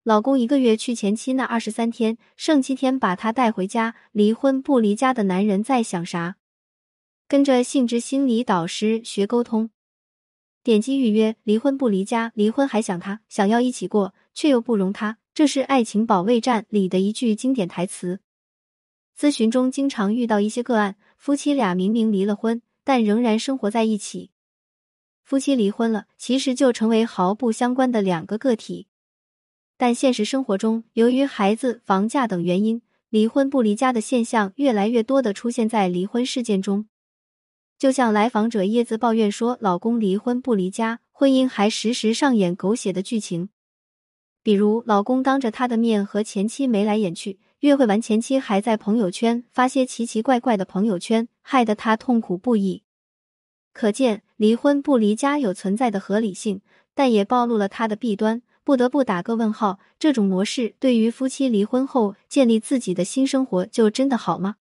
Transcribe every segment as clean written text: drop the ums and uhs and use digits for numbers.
老公1个月去前妻那23天，剩7天把她带回家，离婚不离家的男人在想啥？跟着性质心理导师学沟通。点击预约，离婚不离家，离婚还想他，想要一起过，却又不容他，这是《爱情保卫战》里的一句经典台词。咨询中经常遇到一些个案，夫妻俩明明离了婚，但仍然生活在一起。夫妻离婚了，其实就成为毫不相关的2个个体。但现实生活中，由于孩子、房价等原因，离婚不离家的现象越来越多地出现在离婚事件中。就像来访者叶子抱怨说，老公离婚不离家，婚姻还时时上演狗血的剧情。比如，老公当着他的面和前妻眉来眼去，约会完前妻还在朋友圈发些奇奇怪怪的朋友圈，害得他痛苦不已。可见，离婚不离家有存在的合理性，但也暴露了他的弊端，不得不打个问号，这种模式对于夫妻离婚后建立自己的新生活就真的好吗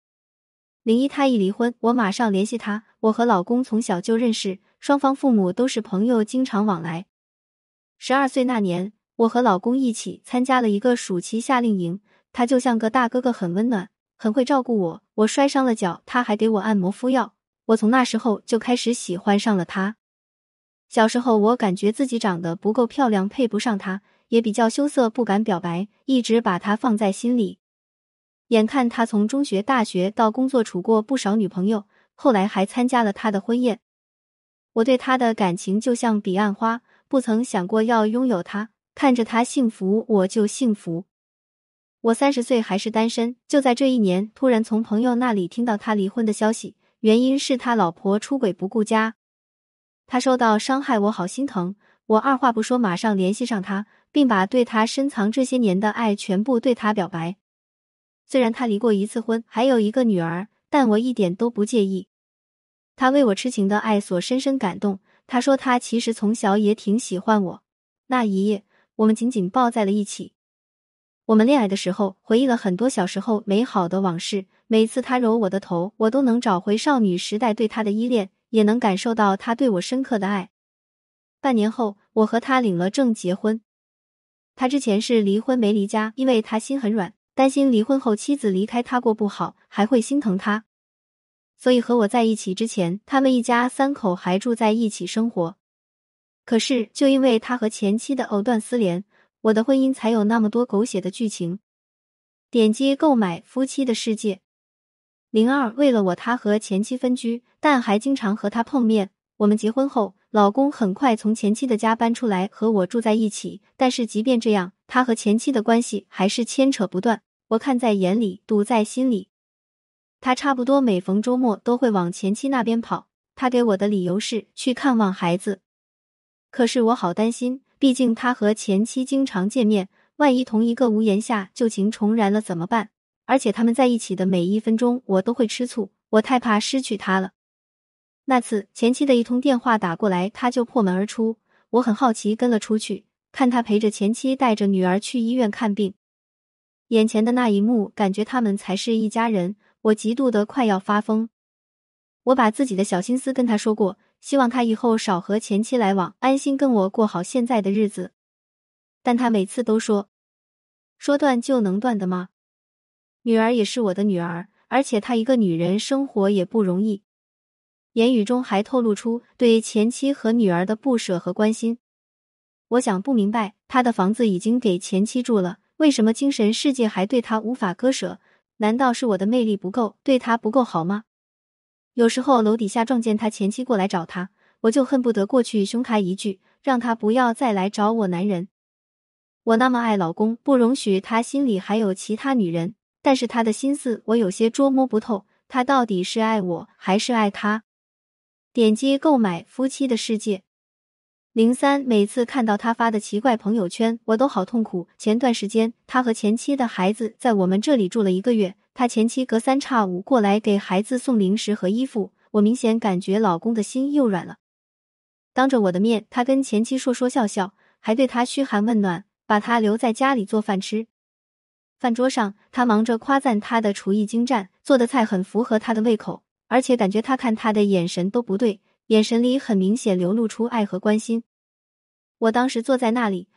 ？01他一离婚，我马上联系他。我和老公从小就认识，双方父母都是朋友，经常往来。12岁那年，我和老公一起参加了一个暑期夏令营，他就像个大哥哥，很温暖，很会照顾我。我摔伤了脚，他还给我按摩敷药。我从那时候就开始喜欢上了他。小时候我感觉自己长得不够漂亮，配不上他，也比较羞涩，不敢表白，一直把他放在心里。眼看他从中学、大学到工作处过不少女朋友，后来还参加了他的婚宴。我对他的感情就像彼岸花，不曾想过要拥有他，看着他幸福我就幸福。我30岁还是单身，就在这1年，突然从朋友那里听到他离婚的消息，原因是他老婆出轨不顾家。他受到伤害，我好心疼，我二话不说马上联系上他，并把对他深藏这些年的爱全部对他表白。虽然他离过1次婚，还有1个女儿，但我一点都不介意。他为我痴情的爱所深深感动，他说他其实从小也挺喜欢我。那一夜，我们紧紧抱在了一起。我们恋爱的时候，回忆了很多小时候美好的往事，每次他揉我的头，我都能找回少女时代对他的依恋，也能感受到他对我深刻的爱。半年后，我和他领了证结婚。他之前是离婚没离家，因为他心很软，担心离婚后妻子离开他过不好，还会心疼他。所以和我在一起之前，他们一家3口还住在一起生活。可是就因为他和前妻的藕断丝连，我的婚姻才有那么多狗血的剧情。点击购买夫妻的世界。02为了我，他和前妻分居，但还经常和他碰面。我们结婚后，老公很快从前妻的家搬出来和我住在一起，但是即便这样，他和前妻的关系还是牵扯不断，我看在眼里，堵在心里。他差不多每逢周末都会往前妻那边跑，他给我的理由是去看望孩子。可是我好担心，毕竟他和前妻经常见面，万一同一个屋檐下旧情重燃了怎么办？而且他们在一起的每1分钟我都会吃醋，我太怕失去他了。那次前妻的一通电话打过来，他就破门而出，我很好奇跟了出去，看他陪着前妻带着女儿去医院看病。眼前的那一幕，感觉他们才是一家人，我嫉妒得快要发疯。我把自己的小心思跟他说过，希望他以后少和前妻来往，安心跟我过好现在的日子。但他每次都说断就能断的吗？女儿也是我的女儿，而且她一个女人生活也不容易。言语中还透露出对前妻和女儿的不舍和关心。我想不明白，他的房子已经给前妻住了，为什么精神世界还对他无法割舍？难道是我的魅力不够，对他不够好吗？有时候楼底下撞见他前妻过来找他，我就恨不得过去凶他一句，让他不要再来找我男人。我那么爱老公，不容许他心里还有其他女人，但是他的心思我有些捉摸不透，他到底是爱我还是爱他？点击购买夫妻的世界。03每次看到他发的奇怪朋友圈，我都好痛苦。前段时间，他和前妻的孩子在我们这里住了1个月，他前妻隔3差5过来给孩子送零食和衣服，我明显感觉老公的心又软了。当着我的面，他跟前妻说说笑笑，还对他嘘寒问暖，把他留在家里做饭吃。饭桌上，他忙着夸赞他的厨艺精湛，做的菜很符合他的胃口，而且感觉他看他的眼神都不对，眼神里很明显流露出爱和关心。我当时坐在那里，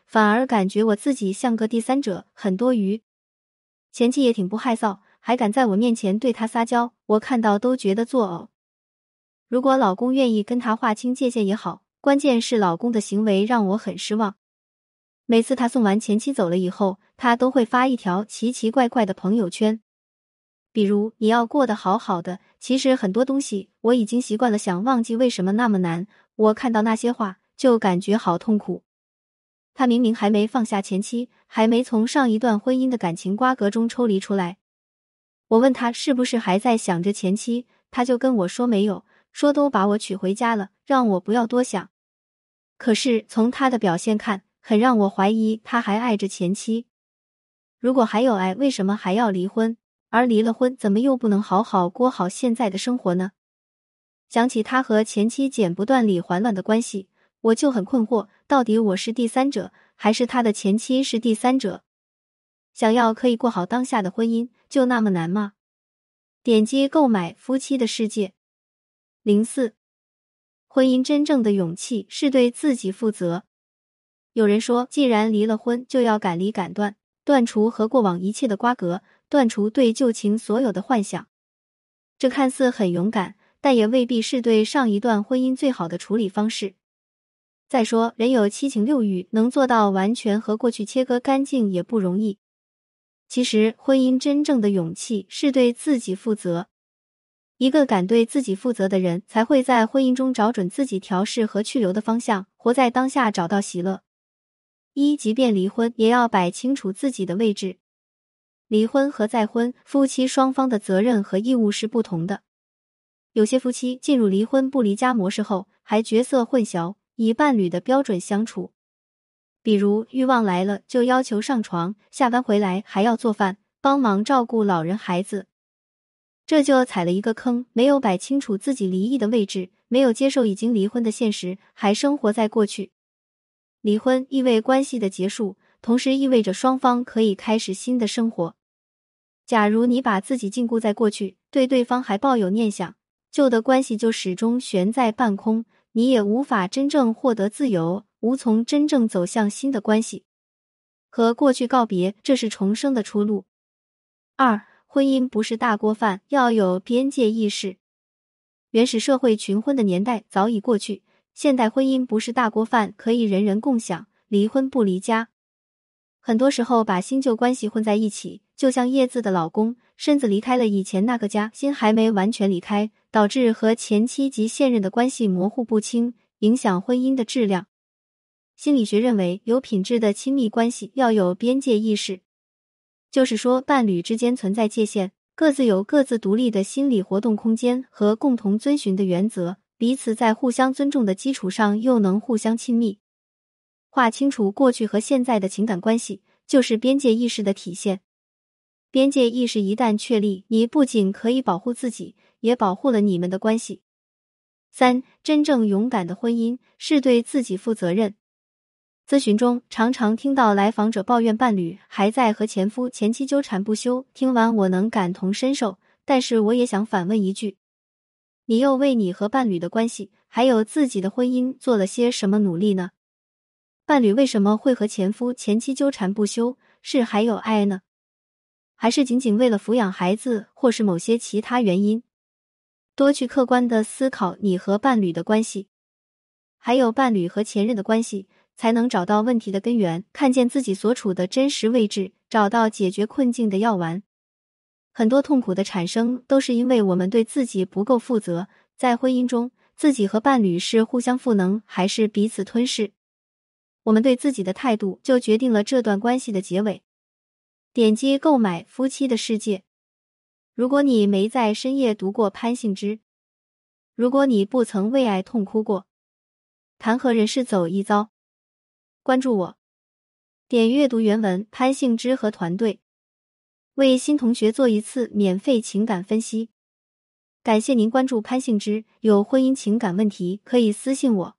反而感觉我自己像个第三者，很多余。前妻也挺不害臊，还敢在我面前对他撒娇，我看到都觉得作呕。如果老公愿意跟他划清界限也好，关键是老公的行为让我很失望。每次他送完前妻走了以后，他都会发一条奇奇怪怪的朋友圈。比如你要过得好好的，其实很多东西我已经习惯了，想忘记为什么那么难，我看到那些话就感觉好痛苦。他明明还没放下前妻，还没从上一段婚姻的感情瓜葛中抽离出来。我问他是不是还在想着前妻，他就跟我说没有，说都把我娶回家了，让我不要多想。可是从他的表现看，很让我怀疑他还爱着前妻。如果还有爱，为什么还要离婚？而离了婚，怎么又不能好好过好现在的生活呢？想起他和前妻剪不断理还乱的关系，我就很困惑，到底我是第三者，还是他的前妻是第三者？想要可以过好当下的婚姻，就那么难吗？点击购买夫妻的世界。04。婚姻真正的勇气是对自己负责。有人说，既然离了婚，就要敢离敢断，断除和过往一切的瓜葛，断除对旧情所有的幻想。这看似很勇敢，但也未必是对上一段婚姻最好的处理方式。再说，人有七情六欲，能做到完全和过去切割干净也不容易。其实，婚姻真正的勇气是对自己负责。一个敢对自己负责的人，才会在婚姻中找准自己调试和去留的方向，活在当下，找到喜乐。即便离婚，也要摆清楚自己的位置。离婚和再婚，夫妻双方的责任和义务是不同的。有些夫妻进入离婚不离家模式后，还角色混淆，以伴侣的标准相处。比如欲望来了就要求上床，下班回来还要做饭，帮忙照顾老人孩子。这就踩了一个坑，没有摆清楚自己离异的位置，没有接受已经离婚的现实，还生活在过去。离婚意味关系的结束，同时意味着双方可以开始新的生活。假如你把自己禁锢在过去，对对方还抱有念想，旧的关系就始终悬在半空，你也无法真正获得自由，无从真正走向新的关系。和过去告别，这是重生的出路。2. 婚姻不是大锅饭，要有边界意识。原始社会群婚的年代早已过去，现代婚姻不是大锅饭，可以人人共享，离婚不离家。很多时候把新旧关系混在一起，就像叶子的老公，身子离开了以前那个家，心还没完全离开，导致和前妻及现任的关系模糊不清，影响婚姻的质量。心理学认为，有品质的亲密关系要有边界意识，就是说伴侣之间存在界限，各自有各自独立的心理活动空间和共同遵循的原则，彼此在互相尊重的基础上又能互相亲密。划清楚过去和现在的情感关系，就是边界意识的体现。边界意识一旦确立，你不仅可以保护自己，也保护了你们的关系。3. 真正勇敢的婚姻是对自己负责任。咨询中常常听到来访者抱怨伴侣还在和前夫前妻纠缠不休，听完我能感同身受，但是我也想反问一句，你又为你和伴侣的关系，还有自己的婚姻做了些什么努力呢？伴侣为什么会和前夫前妻纠缠不休？是还有爱呢？还是仅仅为了抚养孩子，或是某些其他原因？多去客观地思考你和伴侣的关系，还有伴侣和前任的关系，才能找到问题的根源，看见自己所处的真实位置，找到解决困境的药丸。很多痛苦的产生都是因为我们对自己不够负责，在婚姻中，自己和伴侣是互相赋能，还是彼此吞噬？我们对自己的态度就决定了这段关系的结尾。点击购买夫妻的世界。如果你没在深夜读过潘幸之，如果你不曾为爱痛哭过，谈何人世走一遭？关注我，点阅读原文。潘幸之和团队为新同学做一次免费情感分析。感谢您关注潘幸之，有婚姻情感问题可以私信我。